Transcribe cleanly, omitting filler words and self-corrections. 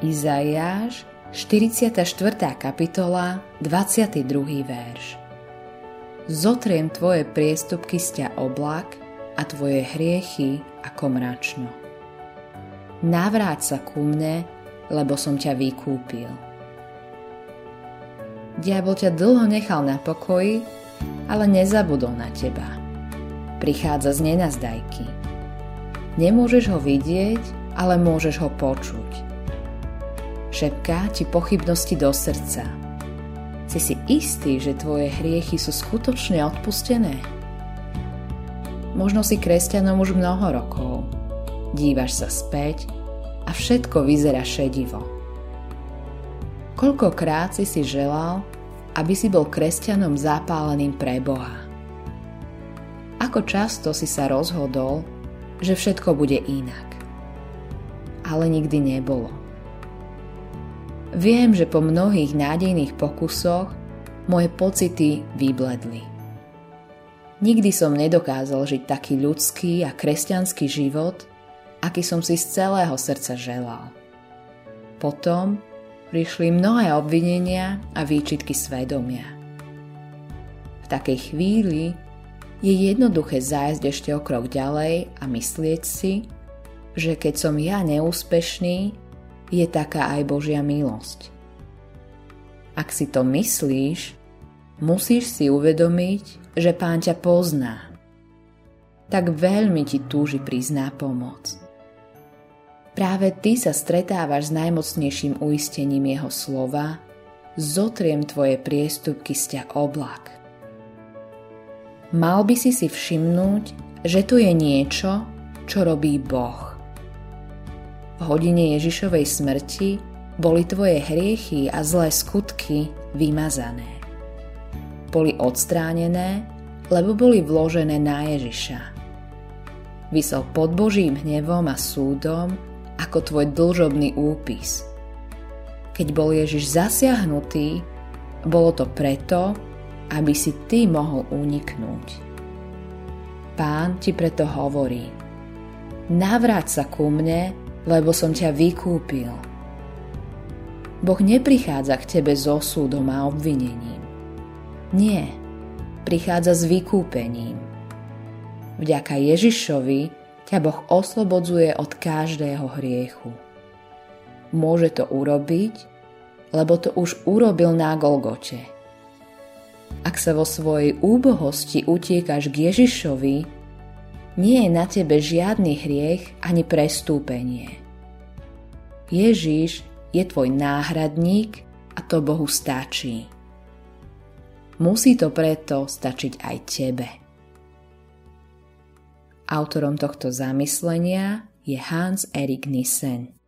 Izaiáš, 44. kapitola, 22. verš. Zotriem tvoje priestupky z ťa oblak a tvoje hriechy ako mračno. Navráť sa ku mne, lebo som ťa vykúpil. Diabol ťa dlho nechal na pokoji, ale nezabudol na teba. Prichádza z nenazdajky. Nemôžeš ho vidieť, ale môžeš ho počuť. Šepká ti pochybnosti do srdca. Si istý, že tvoje hriechy sú skutočne odpustené? Možno si kresťanom už mnoho rokov. Dívaš sa späť a všetko vyzerá šedivo. Koľkokrát si želal, aby si bol kresťanom zapáleným pre Boha? Ako často si sa rozhodol, že všetko bude inak? Ale nikdy nebolo. Viem, že po mnohých nádejných pokusoch moje pocity vybledli. Nikdy som nedokázal žiť taký ľudský a kresťanský život, aký som si z celého srdca želal. Potom prišli mnohé obvinenia a výčitky svedomia. V takej chvíli je jednoduché zájsť ešte o krok ďalej a myslieť si, že keď som ja neúspešný, je taká aj Božia milosť. Ak si to myslíš, musíš si uvedomiť, že Pán ťa pozná. Tak veľmi ti túži prísť na pomoc. Práve ty sa stretávaš s najmocnejším uistením jeho slova: zotriem tvoje priestupky z ťa oblak. Mal by si všimnúť, že tu je niečo, čo robí Boh. V hodine Ježišovej smrti boli tvoje hriechy a zlé skutky vymazané. Boli odstránené, lebo boli vložené na Ježiša. Visel pod Božím hnevom a súdom ako tvoj dlžobný úpis. Keď bol Ježiš zasiahnutý, bolo to preto, aby si ty mohol uniknúť. Pán ti preto hovorí: navráť sa ku mne, lebo som ťa vykúpil. Boh neprichádza k tebe so súdom a obvinením. Nie, prichádza s vykúpením. Vďaka Ježišovi ťa Boh oslobodzuje od každého hriechu. Môže to urobiť, lebo to už urobil na Golgote. Ak sa vo svojej úbohosti utiekaš k Ježišovi, nie je na tebe žiadny hriech ani prestúpenie. Ježiš je tvoj náhradník a to Bohu stačí. Musí to preto stačiť aj tebe. Autorom tohto zamyslenia je Hans Erik Nissen.